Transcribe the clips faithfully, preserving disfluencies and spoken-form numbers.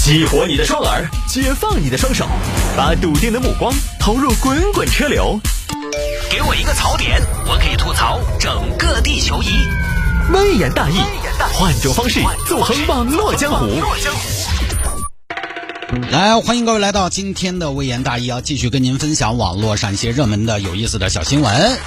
激活你的双耳，解放你的双手，把笃定的目光投入滚滚车流。给我一个槽点，我可以吐槽整个地球仪。微言大义，换种方式纵横网络江湖。 来，欢迎各位来到今天的微言大义啊，继续跟您分享网络上一些热门的有意思的小新闻。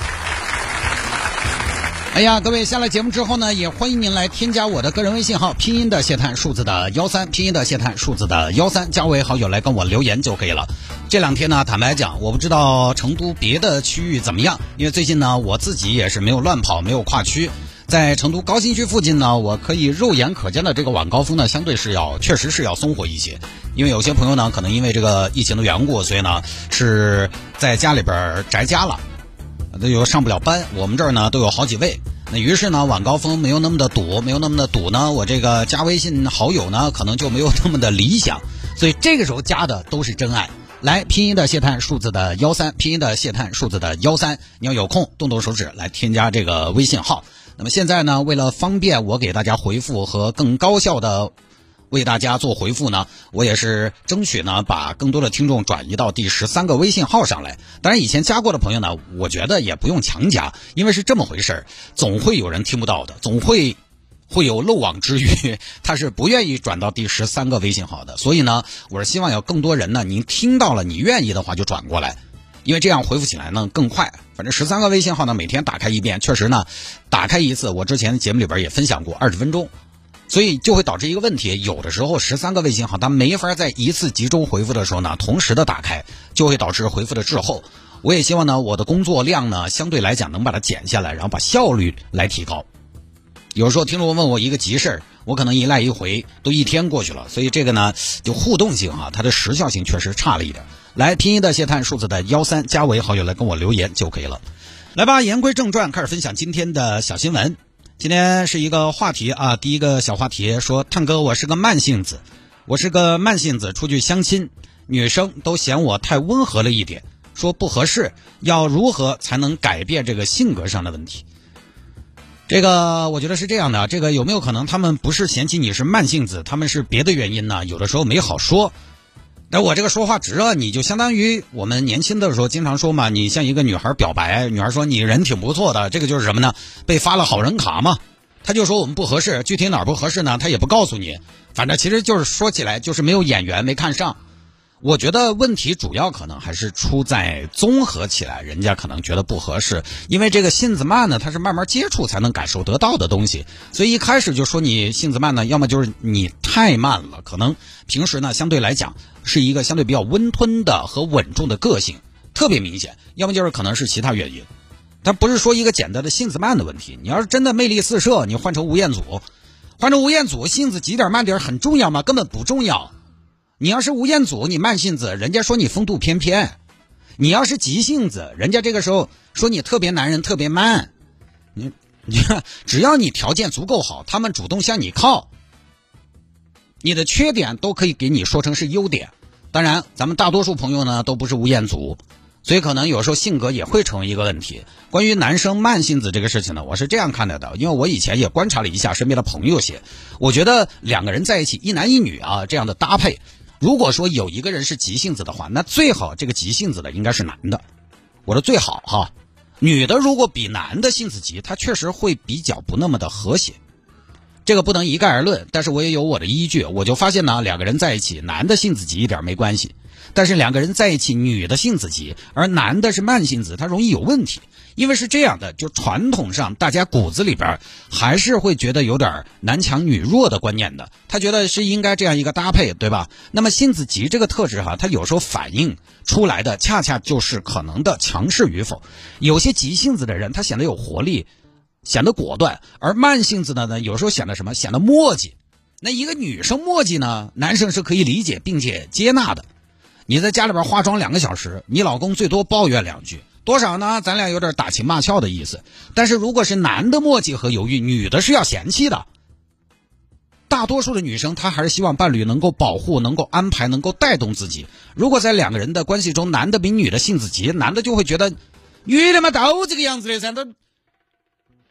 哎呀，各位下了节目之后呢，也欢迎您来添加我的个人微信号，拼音的谢探，数字的幺三，拼音的谢探，数字的幺三，加为好友来跟我留言就可以了。这两天呢，坦白讲，我不知道成都别的区域怎么样，因为最近呢，我自己也是没有乱跑，没有跨区。在成都高新区附近呢，我可以肉眼可见的这个晚高峰呢，相对是要确实是要松活一些。因为有些朋友呢，可能因为这个疫情的缘故，所以呢是在家里边宅家了，都有上不了班。我们这儿呢都有好几位，那于是呢晚高峰没有那么的堵，没有那么的堵呢，我这个加微信好友呢可能就没有那么的理想，所以这个时候加的都是真爱。来，拼音的谢探，数字的幺三，拼音的谢探，数字的幺三，你要有空动动手指来添加这个微信号。那么现在呢，为了方便我给大家回复和更高效的为大家做回复呢，我也是争取呢把更多的听众转移到第十三个微信号上来。当然以前加过的朋友呢，我觉得也不用强加，因为是这么回事儿，总会有人听不到的，总会会有漏网之鱼，他是不愿意转到第十三个微信号的。所以呢，我是希望有更多人呢，您听到了你愿意的话就转过来，因为这样回复起来呢更快。反正十三个微信号呢，每天打开一遍，确实呢打开一次，我之前节目里边也分享过二十分钟，所以就会导致一个问题，有的时候十三个微信号它没法在一次集中回复的时候呢同时的打开，就会导致回复的滞后。我也希望呢我的工作量呢相对来讲能把它减下来，然后把效率来提高。有时候听众问我一个急事儿，我可能一来一回都一天过去了，所以这个呢就互动性啊，它的时效性确实差了一点。来，拼音的谢探，数字的幺三，加为好友来跟我留言就可以了。来吧，言归正传，开始分享今天的小新闻。今天是一个话题啊，第一个小话题说，探哥，我是个慢性子，我是个慢性子，出去相亲，女生都嫌我太温和了一点，说不合适，要如何才能改变这个性格上的问题？这个我觉得是这样的，这个有没有可能他们不是嫌弃你是慢性子，他们是别的原因呢？有的时候没好说。那我这个说话直啊，你就相当于我们年轻的时候经常说嘛，你向一个女孩表白，女孩说你人挺不错的，这个就是什么呢？被发了好人卡嘛。他就说我们不合适，具体哪儿不合适呢？他也不告诉你，反正其实就是说起来就是没有眼缘，没看上。我觉得问题主要可能还是出在综合起来，人家可能觉得不合适，因为这个性子慢呢，它是慢慢接触才能感受得到的东西，所以一开始就说你性子慢呢，要么就是你太慢了，可能平时呢相对来讲是一个相对比较温吞的和稳重的个性，特别明显，要么就是可能是其他原因。它不是说一个简单的性子慢的问题，你要是真的魅力四射，你换成吴彦祖，换成吴彦祖性子急点慢点很重要吗？根本不重要。你要是吴彦祖，你慢性子，人家说你风度翩翩；你要是急性子，人家这个时候说你特别男人，特别慢。你你只要你条件足够好，他们主动向你靠，你的缺点都可以给你说成是优点。当然，咱们大多数朋友呢都不是吴彦祖，所以可能有时候性格也会成为一个问题。关于男生慢性子这个事情呢，我是这样看待的，因为我以前也观察了一下身边的朋友些，我觉得两个人在一起，一男一女啊这样的搭配。如果说有一个人是急性子的话，那最好这个急性子的应该是男的。我的最好哈，女的如果比男的性子急，她确实会比较不那么的和谐。这个不能一概而论，但是我也有我的依据。我就发现呢，两个人在一起，男的性子急一点没关系，但是两个人在一起，女的性子急，而男的是慢性子，他容易有问题。因为是这样的，就传统上大家骨子里边还是会觉得有点男强女弱的观念的，他觉得是应该这样一个搭配，对吧？那么性子急这个特质哈，它有时候反映出来的恰恰就是可能的强势与否。有些急性子的人他显得有活力，显得果断，而慢性子的呢有时候显得什么？显得磨叽。那一个女生磨叽呢，男生是可以理解并且接纳的。你在家里边化妆两个小时，你老公最多抱怨两句，多少呢？咱俩有点打情骂俏的意思。但是如果是男的磨叽和犹豫，女的是要嫌弃的。大多数的女生她还是希望伴侣能够保护，能够安排，能够带动自己。如果在两个人的关系中，男的比女的性子急，男的就会觉得女的嘛都这个样子的噻，都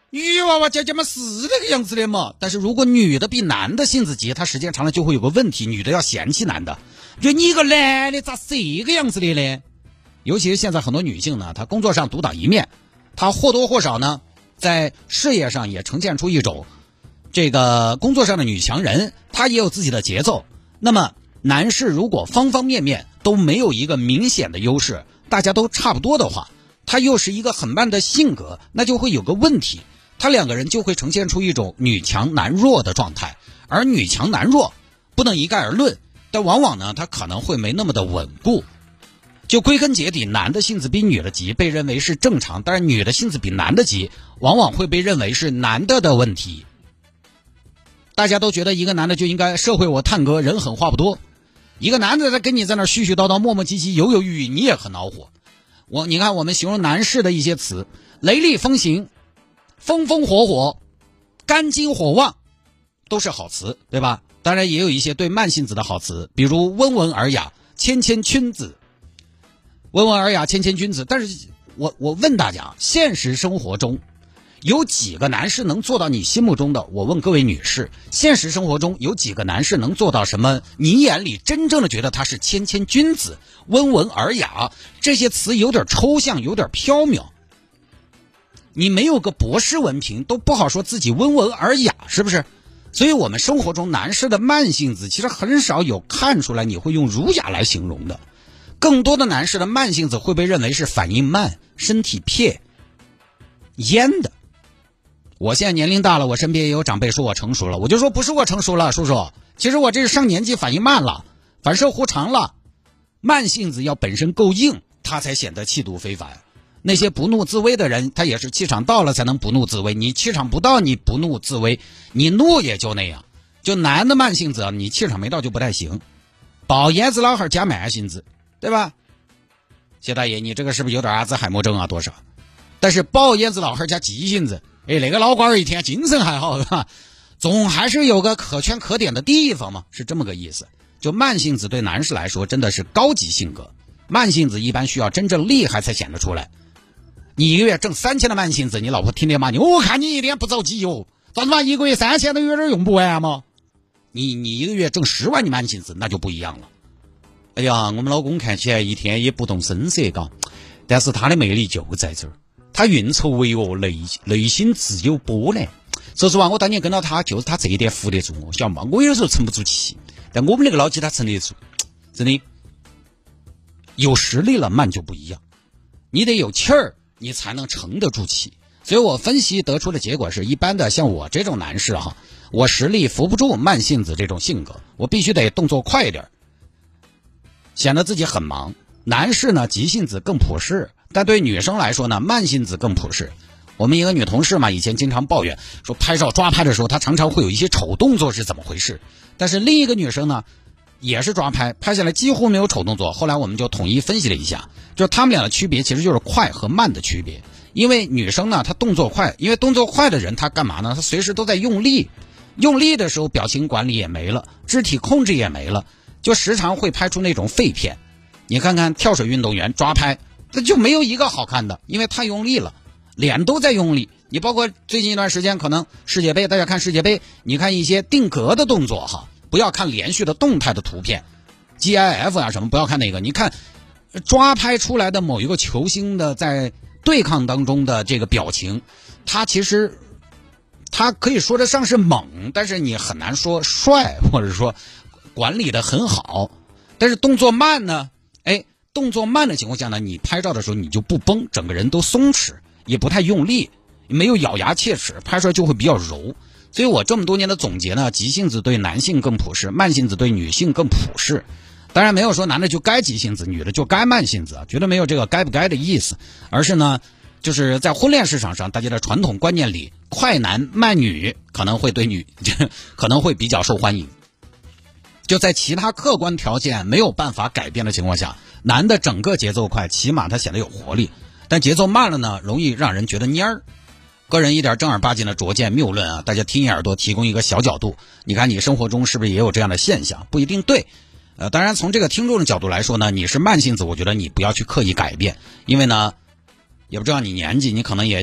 女娃娃姐姐们是那个样子的嘛。但是如果女的比男的性子急，她时间长了就会有个问题，女的要嫌弃男的，就你一个男的咋是这个样子的呢？尤其是现在很多女性呢，她工作上独当一面，她或多或少呢在事业上也呈现出一种这个工作上的女强人，她也有自己的节奏。那么男士如果方方面面都没有一个明显的优势，大家都差不多的话，他又是一个很慢的性格，那就会有个问题，他两个人就会呈现出一种女强男弱的状态。而女强男弱不能一概而论，但往往呢他可能会没那么的稳固。就归根结底，男的性子比女的急被认为是正常，但是女的性子比男的急往往会被认为是男的的问题。大家都觉得一个男的就应该社会我探戈，人狠话不多，一个男的在跟你在那絮絮叨叨磨磨唧唧犹犹豫豫，你也很恼火。我你看我们形容男士的一些词，雷厉风行、风风火火、干劲火旺，都是好词，对吧？当然也有一些对慢性子的好词，比如温文尔雅、谦谦君子。温文尔雅、谦谦君子，但是我我问大家，现实生活中有几个男士能做到你心目中的？我问各位女士，现实生活中有几个男士能做到什么？你眼里真正的觉得他是谦谦君子、温文尔雅，这些词有点抽象，有点缥缈。你没有个博士文凭，都不好说自己温文尔雅，是不是？所以我们生活中男士的慢性子，其实很少有看出来你会用儒雅来形容的。更多的男士的慢性子会被认为是反应慢、身体撇、烟的。我现在年龄大了，我身边也有长辈说我成熟了，我就说不是我成熟了，叔叔，其实我这是上年纪，反应慢了，反射弧长了。慢性子要本身够硬，他才显得气度非凡。那些不怒自威的人，他也是气场到了才能不怒自威，你气场不到，你不怒自威，你怒也就那样。就男的慢性子，你气场没到就不太行。包烟子老汉加慢性子，对吧？谢大爷，你这个是不是有点阿兹海默症啊？多少？但是包烟子老汉加急性子，哎，那个老官儿一天精神还好，是吧？总还是有个可圈可点的地方嘛，是这么个意思。就慢性子对男士来说真的是高级性格，慢性子一般需要真正厉害才显得出来。你一个月挣三千的慢性子，你老婆天天骂你，我看你一天不着急哦，咋子嘛一个月三千都有点用不完吗？你你一个月挣十万的慢性子那就不一样了。哎呀，我们老公看起来一天也不动声色嘎，但是他的魅力就在这儿，他运筹帷幄，内内心自有波澜。说实话，我当年跟到他，就是他这一点扶得住我，晓得吗？我有时候沉不住气，但我们那个老几他沉得住，真的。有实力了，慢就不一样，你得有气儿，你才能沉得住气。所以我分析得出的结果是，一般的像我这种男士哈，我实力扶不住慢性子这种性格，我必须得动作快一点，显得自己很忙。男士呢，急性子更朴实，但对女生来说呢，慢性子更朴实。我们一个女同事嘛，以前经常抱怨说，拍照抓拍的时候，她常常会有一些丑动作，是怎么回事？但是另一个女生呢，也是抓拍，拍下来几乎没有丑动作。后来我们就统一分析了一下，就是他们俩的区别其实就是快和慢的区别。因为女生呢，她动作快，因为动作快的人她干嘛呢？她随时都在用力，用力的时候表情管理也没了，肢体控制也没了，就时常会拍出那种废片。你看看跳水运动员抓拍，这就没有一个好看的，因为太用力了，脸都在用力。你包括最近一段时间可能世界杯，大家看世界杯，你看一些定格的动作哈，不要看连续的动态的图片 G I F 啊什么，不要看那个，你看抓拍出来的某一个球星的在对抗当中的这个表情，他其实他可以说得上是猛，但是你很难说帅，或者说管理的很好。但是动作慢呢，哎，动作慢的情况下呢，你拍照的时候你就不绷，整个人都松弛，也不太用力，没有咬牙切齿，拍出来就会比较柔。所以我这么多年的总结呢，急性子对男性更朴实，慢性子对女性更朴实。当然没有说男的就该急性子，女的就该慢性子，绝对没有这个该不该的意思，而是呢，就是在婚恋市场上，大家的传统观念里，快男慢女可能会对女可能会比较受欢迎。就在其他客观条件没有办法改变的情况下，男的整个节奏快，起码他显得有活力，但节奏慢了呢，容易让人觉得蔫儿。个人一点正儿八经的拙见谬论啊，大家听一耳朵，提供一个小角度。你看你生活中是不是也有这样的现象？不一定对。呃，当然从这个听众的角度来说呢，你是慢性子，我觉得你不要去刻意改变，因为呢，也不知道你年纪，你可能也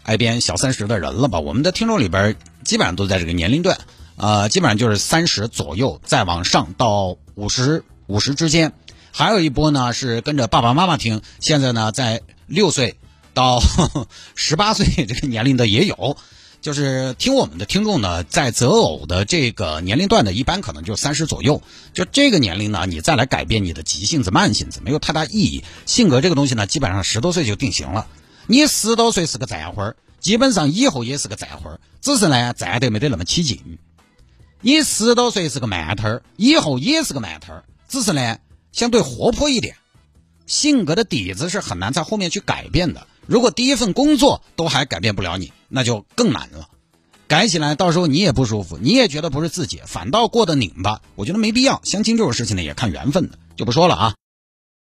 挨边小三十的人了吧？我们的听众里边基本上都在这个年龄段，呃，基本上就是三十左右，再往上到五十五十之间。还有一波呢是跟着爸爸妈妈听，现在呢在六岁到十八岁这个年龄的也有。就是听我们的听众呢，在择偶的这个年龄段的，一般可能就三十左右。就这个年龄呢，你再来改变你的急性子、慢性子，没有太大意义。性格这个东西呢，基本上十多岁就定型了。你十多岁是个站花儿，基本上以后也是个站花儿，只是呢站得没得那么起劲。你十多岁是个慢头儿，以后也是个慢头儿，只是呢相对活泼一点。性格的底子是很难在后面去改变的。如果第一份工作都还改变不了你，那就更难了。改起来到时候你也不舒服，你也觉得不是自己，反倒过得拧巴。我觉得没必要。相亲这种事情呢，也看缘分的，就不说了啊。